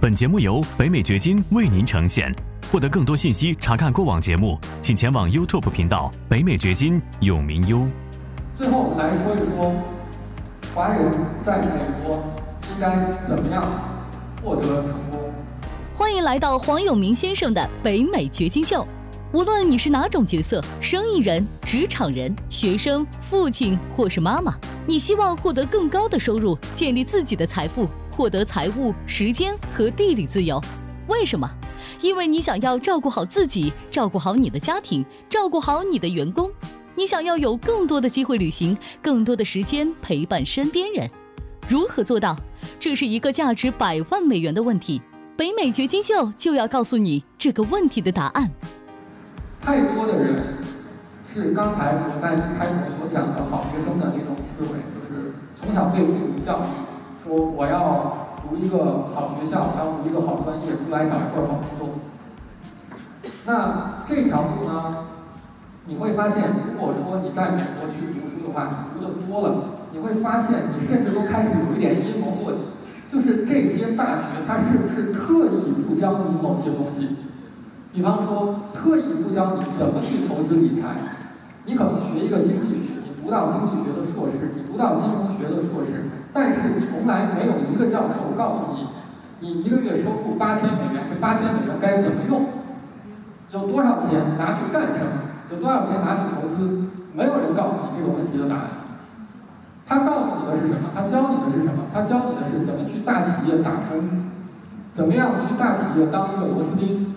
本节目由北美掘金为您呈现。获得更多信息，查看过往节目，请前往 YouTube 频道北美掘金永明优。 最后，我们来说一说华人在美国应该怎么样获得成功。 欢迎来到黄永明先生的北美掘金秀。无论你是哪种角色，生意人、职场人、学生、父亲或是妈妈，你希望获得更高的收入，建立自己的财富，获得财务、时间和地理自由。为什么？因为你想要照顾好自己，照顾好你的家庭，照顾好你的员工。你想要有更多的机会旅行，更多的时间陪伴身边人。如何做到？这是一个价值100万美元的问题。北美掘金秀就要告诉你这个问题的答案。 太多的人是刚才我在一开头所讲的好学生的那种思维，就是从小被父母教育，说我要读一个好学校，我要读一个好专业，出来找一份好工作。那这条路呢，你会发现，如果说你在美国去读书的话，你读的多了，你会发现你甚至都开始有一点阴谋论，就是这些大学它是不是特意不教你某些东西？比方说，特意不教你怎么去投资理财。你可能学一个经济学，你读到经济学的硕士，你读到金融学的硕士，但是从来没有一个教授告诉你，你一个月收入8000美元，这8000美元该怎么用？有多少钱拿去干什么？有多少钱拿去投资？没有人告诉你这个问题的答案。他告诉你的是什么？他教你的是什么？他教你的是怎么去大企业打工，怎么样去大企业当一个螺丝钉。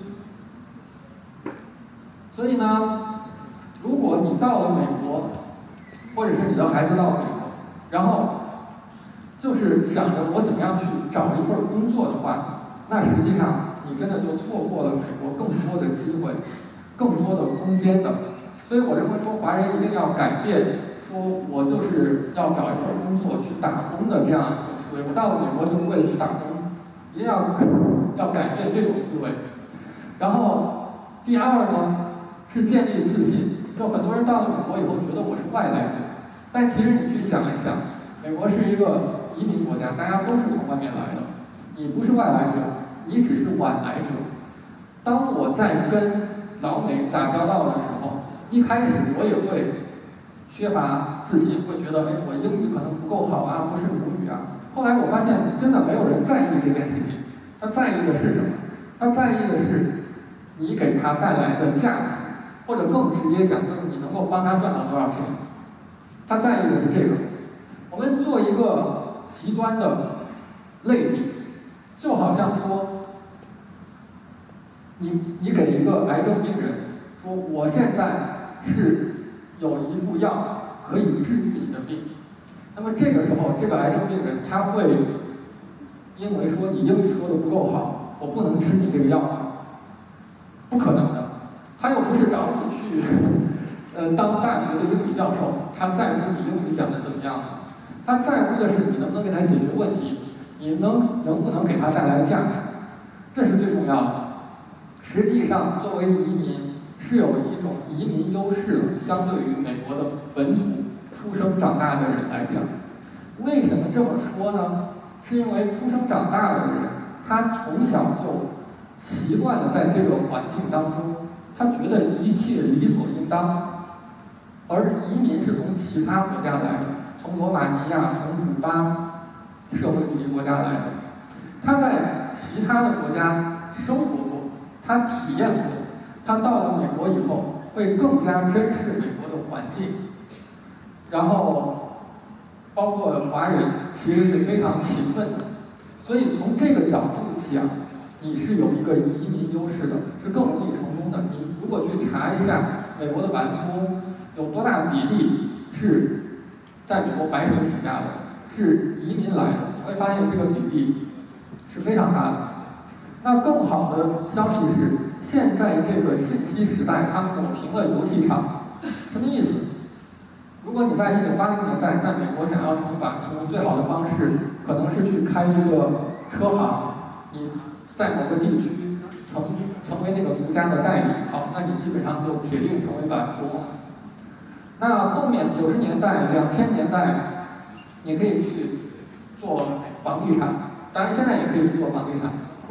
所以呢，如果你到了美国，或者是你的孩子到了美国，然后就是想着我怎么样去找一份工作的话，那实际上你真的就错过了美国更多的机会，更多的空间的。所以我认为说，华人一定要改变，说我就是要找一份工作去打工的这样一种思维。我到了美国就是为了去打工，一定要改变这种思维。然后第二呢，是建立自信。就很多人到了美国以后觉得我是外来者，但其实你去想一想，美国是一个移民国家，大家都是从外面来的，你不是外来者，你只是晚来者。当我在跟老美打交道的时候，一开始我也会缺乏自信，会觉得我英语可能不够好啊，不是母语啊。后来我发现真的没有人在意这件事情，他在意的是什么？他在意的是你给他带来的价值，或者更直接讲，就是你能够帮他赚到多少钱。他在意的是这个。我们做一个极端的类比，就好像说，你给一个癌症病人说，我现在是有一副药可以治愈你的病，那么这个时候，这个癌症病人他会因为说你英语说的不够好，我不能吃你这个药吗？不可能的。他又不是找你去当大学的英语教授，他在乎你英语讲的怎么样？他在乎的是你能不能给他解决问题，你能不能给他带来价值，这是最重要的。实际上，作为移民是有一种移民优势的，相对于美国的本土出生长大的人来讲。为什么这么说呢？是因为出生长大的人，他从小就习惯了在这个环境当中，他觉得一切理所应当。而移民是从其他国家来的，从罗马尼亚、从古巴社会主义国家来的。他在其他的国家生活过，他体验过，他到了美国以后会更加珍视美国的环境。然后，包括华人其实是非常勤奋的，所以从这个角度讲，你是有一个移民优势的，是更容易成功的。你如果去查一下美国的百万富翁，有多大比例是在美国白手起家的，是移民来的，你会发现这个比例是非常大的。那更好的消息是，现在这个信息时代它抹平了游戏场。什么意思？如果你在1980年代在美国想要成为百万富翁，最好的方式可能是去开一个车行，你在某个地区成为那个独家的代理，好，那你基本上就铁定成为百万富翁。那后面90年代、2000年代，你可以去做房地产，当然现在也可以去做房地产。如果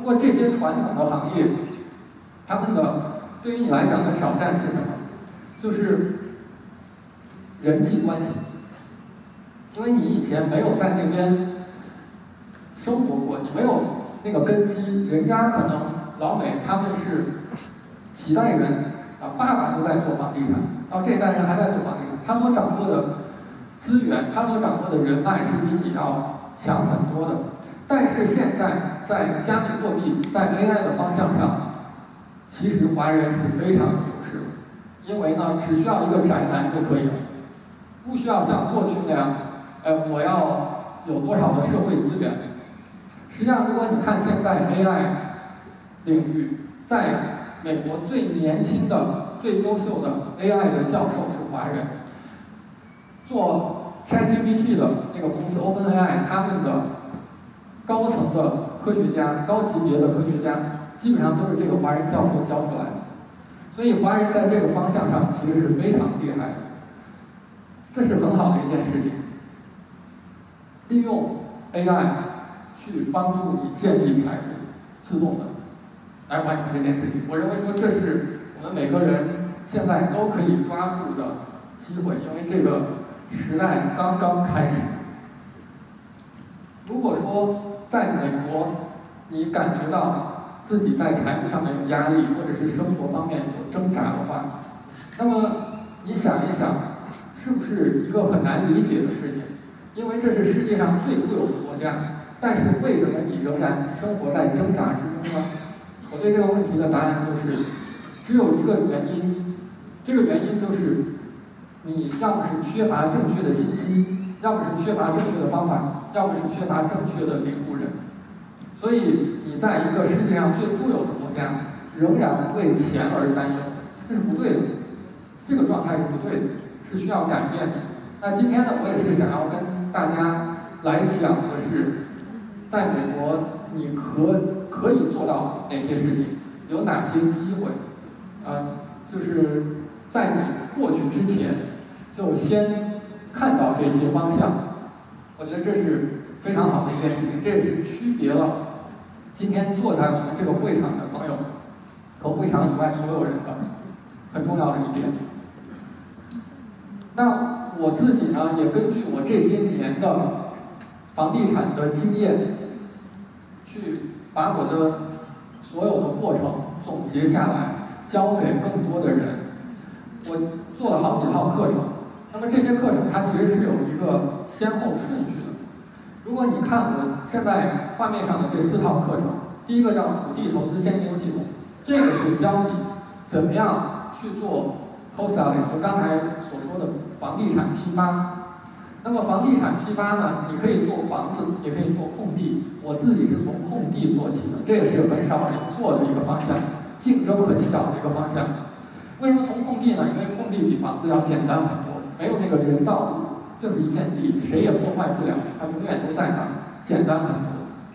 过这些传统的行业，他们的对于你来讲的挑战是什么？就是人际关系。因为你以前没有在那边生活过，你没有那个根基，人家可能老美他们是几代人爸爸就在做房地产，到这一代人还在做房地产，他所掌握的资源，他所掌握的人脉是比你要强很多的。但是现在在加密货币、在 AI 的方向上，其实华人是非常有优势的，因为呢，只需要一个宅男就可以了，不需要像过去那样，我要有多少的社会资源。实际上，如果你看现在 AI 领域，在美国最年轻的、最优秀的 AI 的教授是华人。做 ChatGPT 的那个公司 OpenAI， 他们的高层的科学家、高级别的科学家，基本上都是这个华人教授教出来的。所以华人在这个方向上其实是非常厉害的，这是很好的一件事情。利用 AI 去帮助你建立财富，自动的来完成这件事情。我认为说这是我们每个人现在都可以抓住的机会，因为这个时代刚刚开始。如果说在美国，你感觉到自己在财富上面有压力，或者是生活方面有挣扎的话，那么你想一想，是不是一个很难理解的事情？因为这是世界上最富有的国家，但是为什么你仍然生活在挣扎之中呢？我对这个问题的答案就是，只有一个原因，这个原因就是你要么是缺乏正确的信息，要么是缺乏正确的方法，要么是缺乏正确的领悟人。所以你在一个世界上最富有的国家，仍然为钱而担忧，这是不对的，这个状态是不对的，是需要改变的。那今天呢，我也是想要跟大家来讲的是，在美国你可以做到哪些事情，有哪些机会，就是在你过去之前，就先看到这些方向。我觉得这是非常好的一件事情，这也是区别了今天坐在我们这个会场的朋友和会场以外所有人的很重要的一点。那我自己呢，也根据我这些年的房地产的经验，去把我的所有的过程总结下来，教给更多的人。我做了好几套课程，那么这些课程它其实是有一个先后顺序的。如果你看我现在画面上的这4套课程，第一个叫土地投资现金流系统，这个是教你怎么样去做 wholesaling， 就刚才所说的房地产批发。那么房地产批发呢，你可以做房子，也可以做空地。我自己是从空地做起的，这也是很少人做的一个方向，竞争很小的一个方向。为什么从空地呢？因为空地比房子要简单很多，没有那个人造物，就是一片地，谁也破坏不了，它永远都在那儿，简单很多。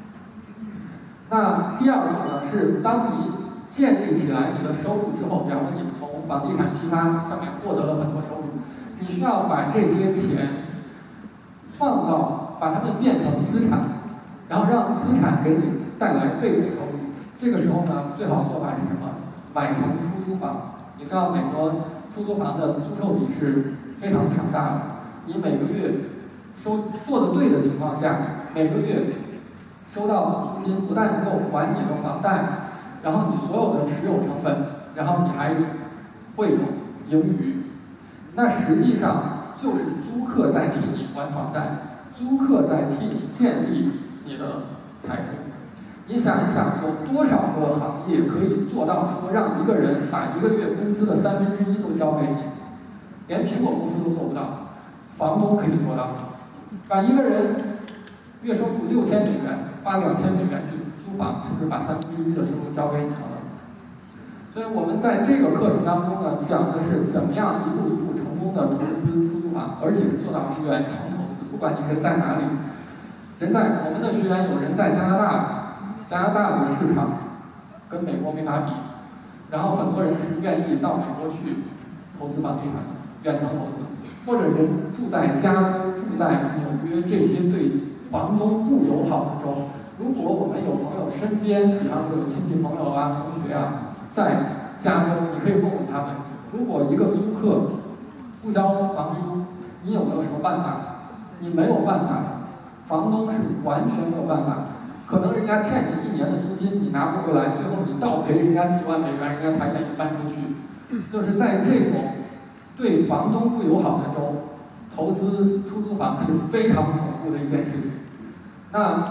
那第二个呢，是当你建立起来你的收入之后，比方说你从房地产批发上面获得了很多收入，你需要把这些钱放到，把它们变成资产，然后让资产给你带来被动收入。这个时候呢，最好的做法是什么？买成出租房。你知道美国出租房的租售比是非常强大的，你每个月做得对的情况下，每个月收到的租金不但能够还你的房贷，然后你所有的持有成本，然后你还会有盈余。那实际上就是租客在替你还房贷，租客在替你建立你的财富。你想一想，有多少个行业可以做到说让一个人把1个月工资的1/3都交给你？连苹果公司都做不到，房东可以做到。把一个人月收入6000美元，花2000美元去租房，是不是把1/3的收入交给你了？所以我们在这个课程当中呢，讲的是怎么样一步一步成功的投资出租房，而且是做到远程投资。不管你人在哪里，我们的学员有人在加拿大。加拿大的市场跟美国没法比，然后很多人是愿意到美国去投资房地产的，远程投资，或者人住在加州、住在纽约这些对房东不友好的州， 如果我们有朋友身边，比方说有亲戚朋友啊、同学啊，在加州，你可以问问他们，如果一个租客不交房租，你有没有什么办法？你没有办法，房东是完全没有办法。可能人家欠你1年的租金，你拿不回来，最后你倒赔人家几万美元，人家才愿意搬出去。就是在这种对房东不友好的州，投资出租房是非常恐怖的一件事情。那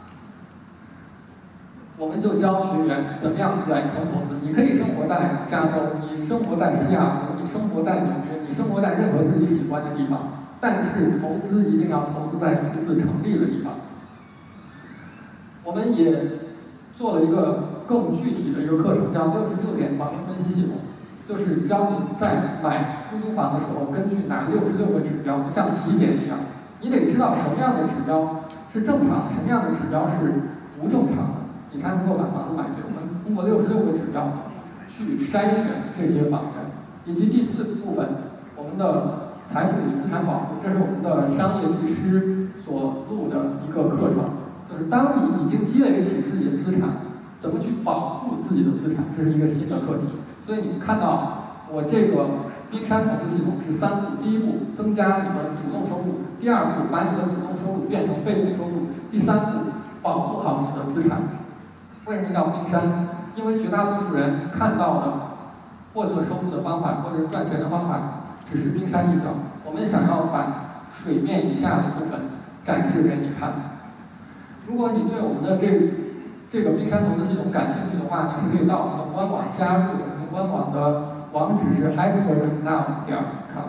我们就教学员怎么样远程投资。你可以生活在加州，你生活在西雅图，你生活在纽约，你生活在任何自己喜欢的地方，但是投资一定要投资在数字成立的地方。我们也做了一个更具体的一个课程，叫66点房源分析系统，就是教你在买出租房的时候，根据哪66个指标，就像体检一样，你得知道什么样的指标是正常的，什么样的指标是不正常的，你才能够把房子买对。我们通过66个指标去筛选这些房源，以及第4部分，我们的财富与资产保护，这是我们的商业律师所录的一个课程。就是当你已经积累起自己的资产，怎么去保护自己的资产，这是一个新的课题。所以你看到我这个冰山投资系统是3步：第1步，增加你的主动收入；第2步，把你的主动收入变成被动收入；第3步，保护好你的资产。为什么叫冰山？因为绝大多数人看到的获得收入的方法或者是赚钱的方法只是冰山一角，我们想要把水面以下的部分展示给你看。如果你对我们的这个冰山投资系统感兴趣的话，你是可以到我们的官网加入的。我们官网的网址是 icebergnow.com。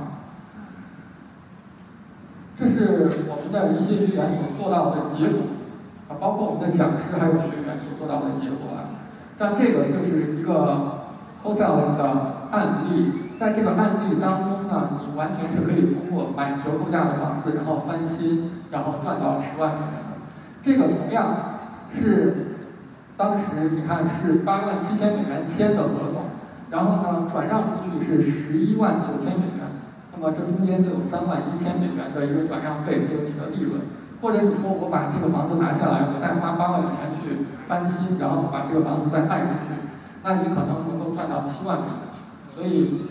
这是我们的一些学员所做到的结果，包括我们的讲师还有学员所做到的结果啊。像这个就是一个 wholesale 的案例，在这个案例当中呢，你完全是可以通过买折扣价的房子，然后翻新，然后赚到10万美元的。这个同样是当时你看是87000美元签的合同，然后呢转让出去是11.9万美元，那么这中间就有3.1万美元的一个转让费，就是你的利润。或者你说我把这个房子拿下来，我再花8万美元去翻新，然后把这个房子再卖出去，那你可能能够赚到7万美元。所以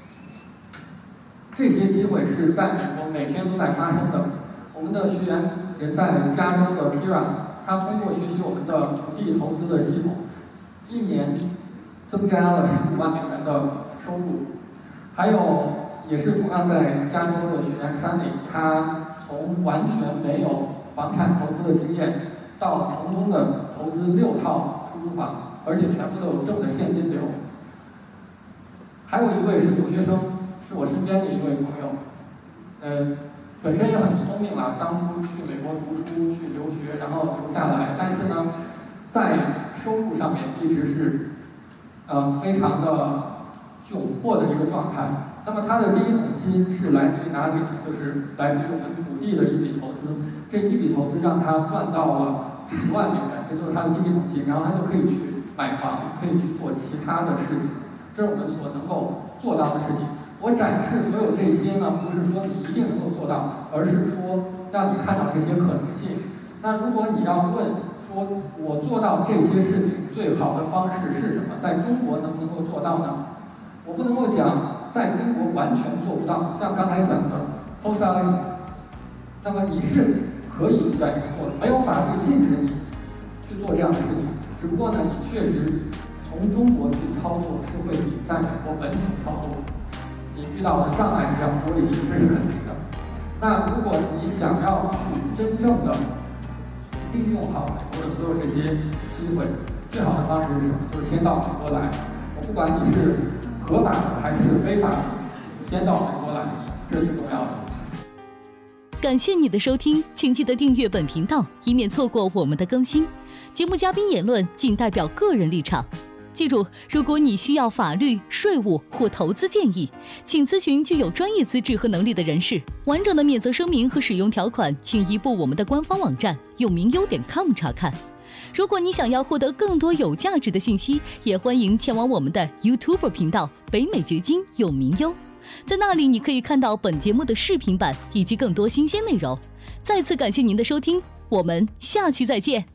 这些机会是在美国每天都在发生的。我们的学员人在加州的 Kira， 他通过学习我们的土地投资的系统，1年增加了15万美元的收入。还有也是同样在加州的学员Sunny，他从完全没有房产投资的经验，到成功的投资6套出租房，而且全部都有正的现金流。还有一位是留学生，是我身边的一位朋友，本身也很聪明啦，当初去美国读书去留学，然后留下来，但是呢，在收入上面一直是非常的窘迫的一个状态。那么他的第一桶金是来自于哪里呢？就是来自于我们土地的一笔投资。这一笔投资让他赚到了10万美元，这就是他的第一桶金，然后他就可以去买房，可以去做其他的事情。这是我们所能够做到的事情。我展示所有这些呢，不是说你一定能够做到，而是说让你看到这些可能性。那如果你要问说，我做到这些事情最好的方式是什么？在中国能不能够做到呢？我不能够讲在中国完全做不到，像刚才讲的 wholesaling， 那么你是可以远程做的，没有法律禁止你去做这样的事情。只不过呢，你确实从中国去操作是会比在美国本土操作你遇到的障碍是要多一些，这是肯定的。那如果你想要去真正的利用好美国的所有这些机会，最好的方式是什么？就是先到美国来。我不管你是合法的还是非法的，先到美国来，这是最重要的。 感谢你的收听，请记得订阅本频道，以免错过我们的更新。节目嘉宾言论仅代表个人立场。记住，如果你需要法律、税务或投资建议，请咨询具有专业资质和能力的人士。完整的免责声明和使用条款，请移步我们的官方网站永明优.com 查看。如果你想要获得更多有价值的信息，也欢迎前往我们的 YouTube 频道北美掘金永明优，在那里你可以看到本节目的视频版以及更多新鲜内容。再次感谢您的收听，我们下期再见。